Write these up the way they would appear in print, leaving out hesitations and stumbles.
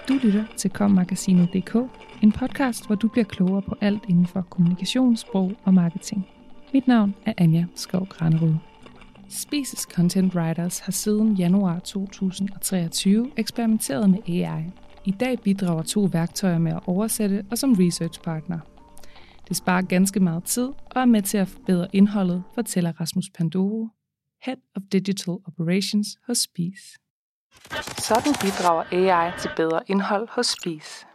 Du lytter til kommagasinet.dk, en podcast, hvor du bliver klogere på alt inden for kommunikation, sprog og marketing. Mit navn er Anja Skov-Granerud. Species Content Writers har siden januar 2023 eksperimenteret med AI. I dag bidrager 2 værktøjer med at oversætte og som researchpartner. Det sparer ganske meget tid og er med til at forbedre indholdet, fortæller Rasmus Panduro, Head of Digital Operations hos Speece. Sådan bidrager AI til bedre indhold hos Speece.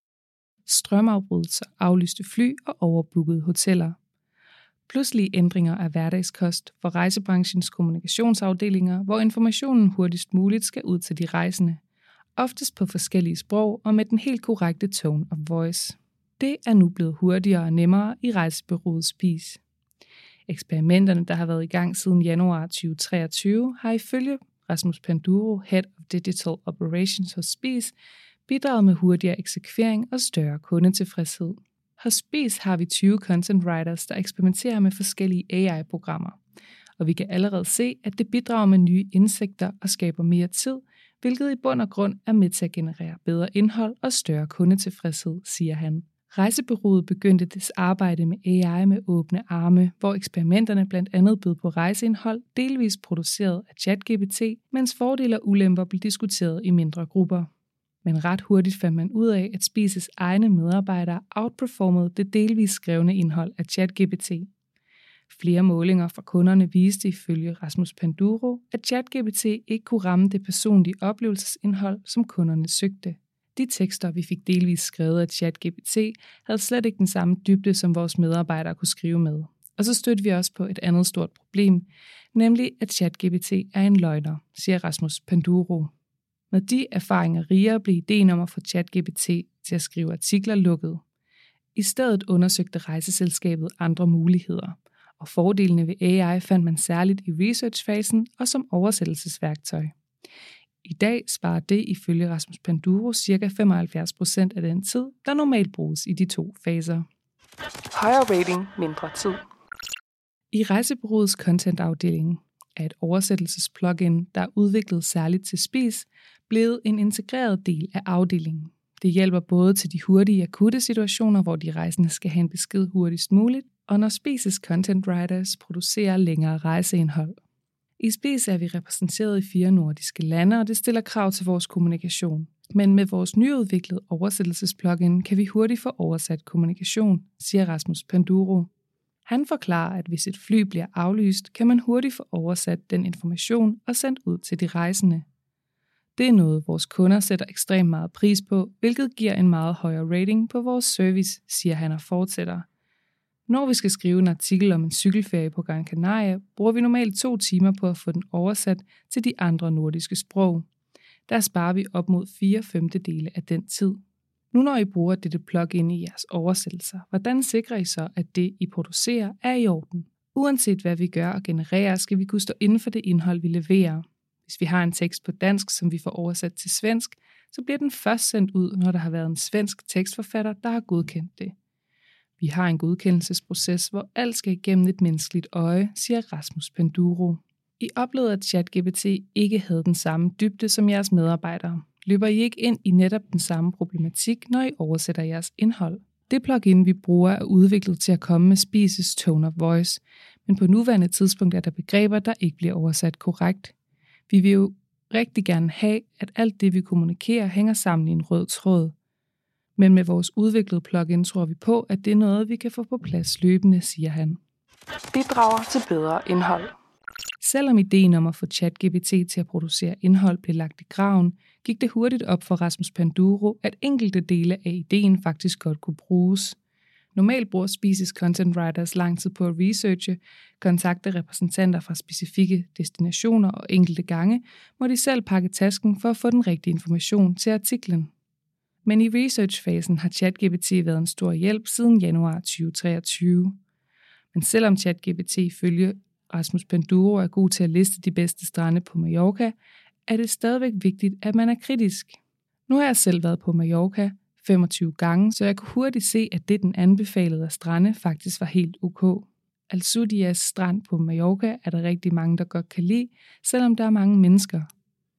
Strømafbrydelser, aflyste fly og overbookede hoteller. Pludselige ændringer af hverdagskost for rejsebranchens kommunikationsafdelinger, hvor informationen hurtigst muligt skal ud til de rejsende. Oftest på forskellige sprog og med den helt korrekte tone of voice. Det er nu blevet hurtigere og nemmere i rejsebureauet Speece. Eksperimenterne, der har været i gang siden januar 2023, har ifølge Rasmus Panduro, Head of Digital Operations hos Speece, bidraget med hurtigere eksekvering og større kundetilfredshed. Hos Speece har vi 20 content writers, der eksperimenterer med forskellige AI-programmer, og vi kan allerede se, at det bidrager med nye indsigter og skaber mere tid, hvilket i bund og grund er med til at generere bedre indhold og større kundetilfredshed, siger han. Rejsebureauet begyndte dets arbejde med AI med åbne arme, hvor eksperimenterne blandt andet bød på rejseindhold delvist produceret af ChatGPT, mens fordele og ulemper blev diskuteret i mindre grupper. Men ret hurtigt fandt man ud af, at Speeces egne medarbejdere outperformede det delvist skrevne indhold af ChatGPT. Flere målinger fra kunderne viste ifølge Rasmus Panduro, at ChatGPT ikke kunne ramme det personlige oplevelsesindhold, som kunderne søgte. De tekster, vi fik delvist skrevet af ChatGPT, havde slet ikke den samme dybde, som vores medarbejdere kunne skrive med. Og så stødte vi også på et andet stort problem, nemlig at ChatGPT er en løgner, siger Rasmus Panduro. Med de erfaringer rigere blev ideen om at få ChatGPT til at skrive artikler lukket. I stedet undersøgte rejseselskabet andre muligheder, og fordelene ved AI fandt man særligt i researchfasen og som oversættelsesværktøj. I dag sparer det ifølge Rasmus Panduro ca. 75% af den tid, der normalt bruges i de 2 faser. Højere rating, mindre tid. I rejsebureauets contentafdeling er et oversættelsesplugin, der er udviklet særligt til Speece, blevet en integreret del af afdelingen. Det hjælper både til de hurtige akutte situationer, hvor de rejsende skal have en besked hurtigst muligt, og når Speeces content writers producerer længere rejseindhold. I Speece er vi repræsenteret i 4 nordiske lande, og det stiller krav til vores kommunikation. Men med vores nyudviklede oversættelsesplugin kan vi hurtigt få oversat kommunikation, siger Rasmus Panduro. Han forklarer, at hvis et fly bliver aflyst, kan man hurtigt få oversat den information og sendt ud til de rejsende. Det er noget, vores kunder sætter ekstremt meget pris på, hvilket giver en meget højere rating på vores service, siger han og fortsætter. Når vi skal skrive en artikel om en cykelferie på Gran Canaria, bruger vi normalt 2 timer på at få den oversat til de andre nordiske sprog. Der sparer vi op mod 4/5 af den tid. Nu når I bruger dette plugin i jeres oversættelser, hvordan sikrer I så, at det I producerer er i orden? Uanset hvad vi gør og genererer, skal vi kunne stå inden for det indhold, vi leverer. Hvis vi har en tekst på dansk, som vi får oversat til svensk, så bliver den først sendt ud, når der har været en svensk tekstforfatter, der har godkendt det. Vi har en godkendelsesproces, hvor alt skal igennem et menneskeligt øje, siger Rasmus Panduro. I oplevede, at ChatGPT ikke havde den samme dybde som jeres medarbejdere. Løber I ikke ind i netop den samme problematik, når I oversætter jeres indhold? Det plugin, vi bruger, er udviklet til at komme med Speeces tone of voice, men på nuværende tidspunkt er der begreber, der ikke bliver oversat korrekt. Vi vil jo rigtig gerne have, at alt det, vi kommunikerer, hænger sammen i en rød tråd. Men med vores udviklede plugin tror vi på, at det er noget, vi kan få på plads løbende, siger han. Bidrager til bedre indhold. Selvom ideen om at få ChatGPT til at producere indhold blev lagt i graven, gik det hurtigt op for Rasmus Panduro, at enkelte dele af ideen faktisk godt kunne bruges. Normalt bruger Speeces content writers lang tid på at researche, kontakte repræsentanter fra specifikke destinationer og enkelte gange, må de selv pakke tasken for at få den rigtige information til artiklen. Men i researchfasen har ChatGPT været en stor hjælp siden januar 2023. Men selvom ChatGPT ifølge Rasmus Panduro er god til at liste de bedste strande på Mallorca, er det stadigvæk vigtigt, at man er kritisk. Nu har jeg selv været på Mallorca 25 gange, så jeg kunne hurtigt se, at det den anbefalede af strande faktisk var helt ok. Alsudias strand på Mallorca er der rigtig mange, der godt kan lide, selvom der er mange mennesker.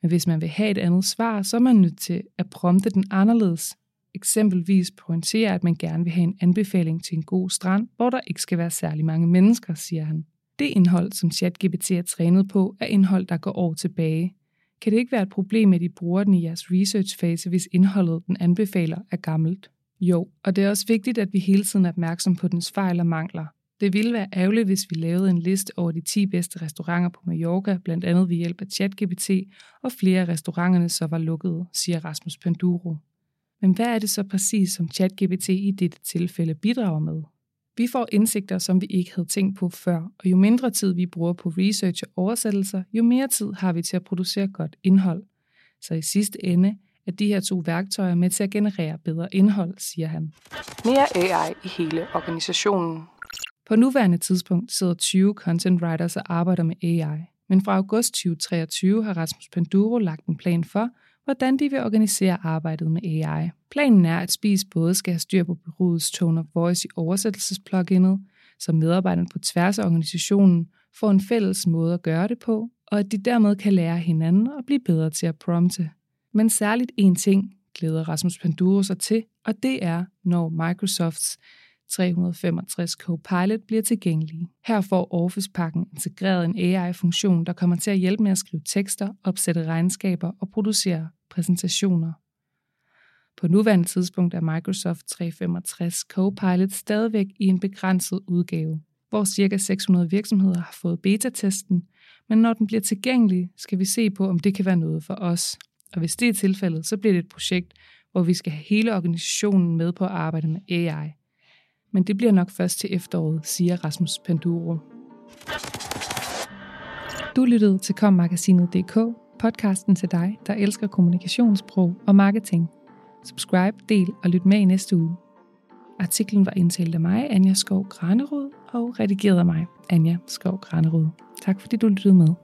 Men hvis man vil have et andet svar, så er man nødt til at prompte den anderledes. Eksempelvis pointere, at man gerne vil have en anbefaling til en god strand, hvor der ikke skal være særlig mange mennesker, siger han. Det indhold, som ChatGPT er trænet på, er indhold, der går år tilbage. Kan det ikke være et problem, at I bruger den i jeres researchfase, hvis indholdet, den anbefaler, er gammelt? Jo, og det er også vigtigt, at vi hele tiden er opmærksom på dens fejl og mangler. Det ville være ærgerligt, hvis vi lavede en liste over de 10 bedste restauranter på Mallorca, blandt andet ved hjælp af ChatGPT, og flere af restauranterne så var lukkede, siger Rasmus Panduro. Men hvad er det så præcis, som ChatGPT i dette tilfælde bidrager med? Vi får indsigter, som vi ikke havde tænkt på før, og jo mindre tid vi bruger på research og oversættelser, jo mere tid har vi til at producere godt indhold. Så i sidste ende er de her 2 værktøjer med til at generere bedre indhold, siger han. Mere AI i hele organisationen. På nuværende tidspunkt sidder 20 content writers og arbejder med AI, men fra august 2023 har Rasmus Panduro lagt en plan for, hvordan de vil organisere arbejdet med AI. Planen er, at Spis både skal have styr på bureauets tone of voice i oversættelsespluginet, så medarbejderne på tværs af organisationen får en fælles måde at gøre det på, og at de dermed kan lære hinanden og blive bedre til at prompte. Men særligt en ting glæder Rasmus Panduro sig til, og det er, når Microsofts 365 Copilot bliver tilgængelig. Her får Office-pakken integreret en AI-funktion, der kommer til at hjælpe med at skrive tekster, opsætte regnskaber og producere præsentationer. På nuværende tidspunkt er Microsoft 365 Copilot stadigvæk i en begrænset udgave, hvor ca. 600 virksomheder har fået beta-testen, men når den bliver tilgængelig, skal vi se på, om det kan være noget for os. Og hvis det er tilfældet, så bliver det et projekt, hvor vi skal have hele organisationen med på at arbejde med AI. Men det bliver nok først til efteråret, siger Rasmus Panduro. Du lyttede til kommagasinet.dk, podcasten til dig, der elsker kommunikationssprog og marketing. Subscribe, del og lyt med i næste uge. Artiklen var indtalt af mig, Anja Skov Granerud, og redigeret af mig, Anja Skov Granerud. Tak fordi du lyttede med.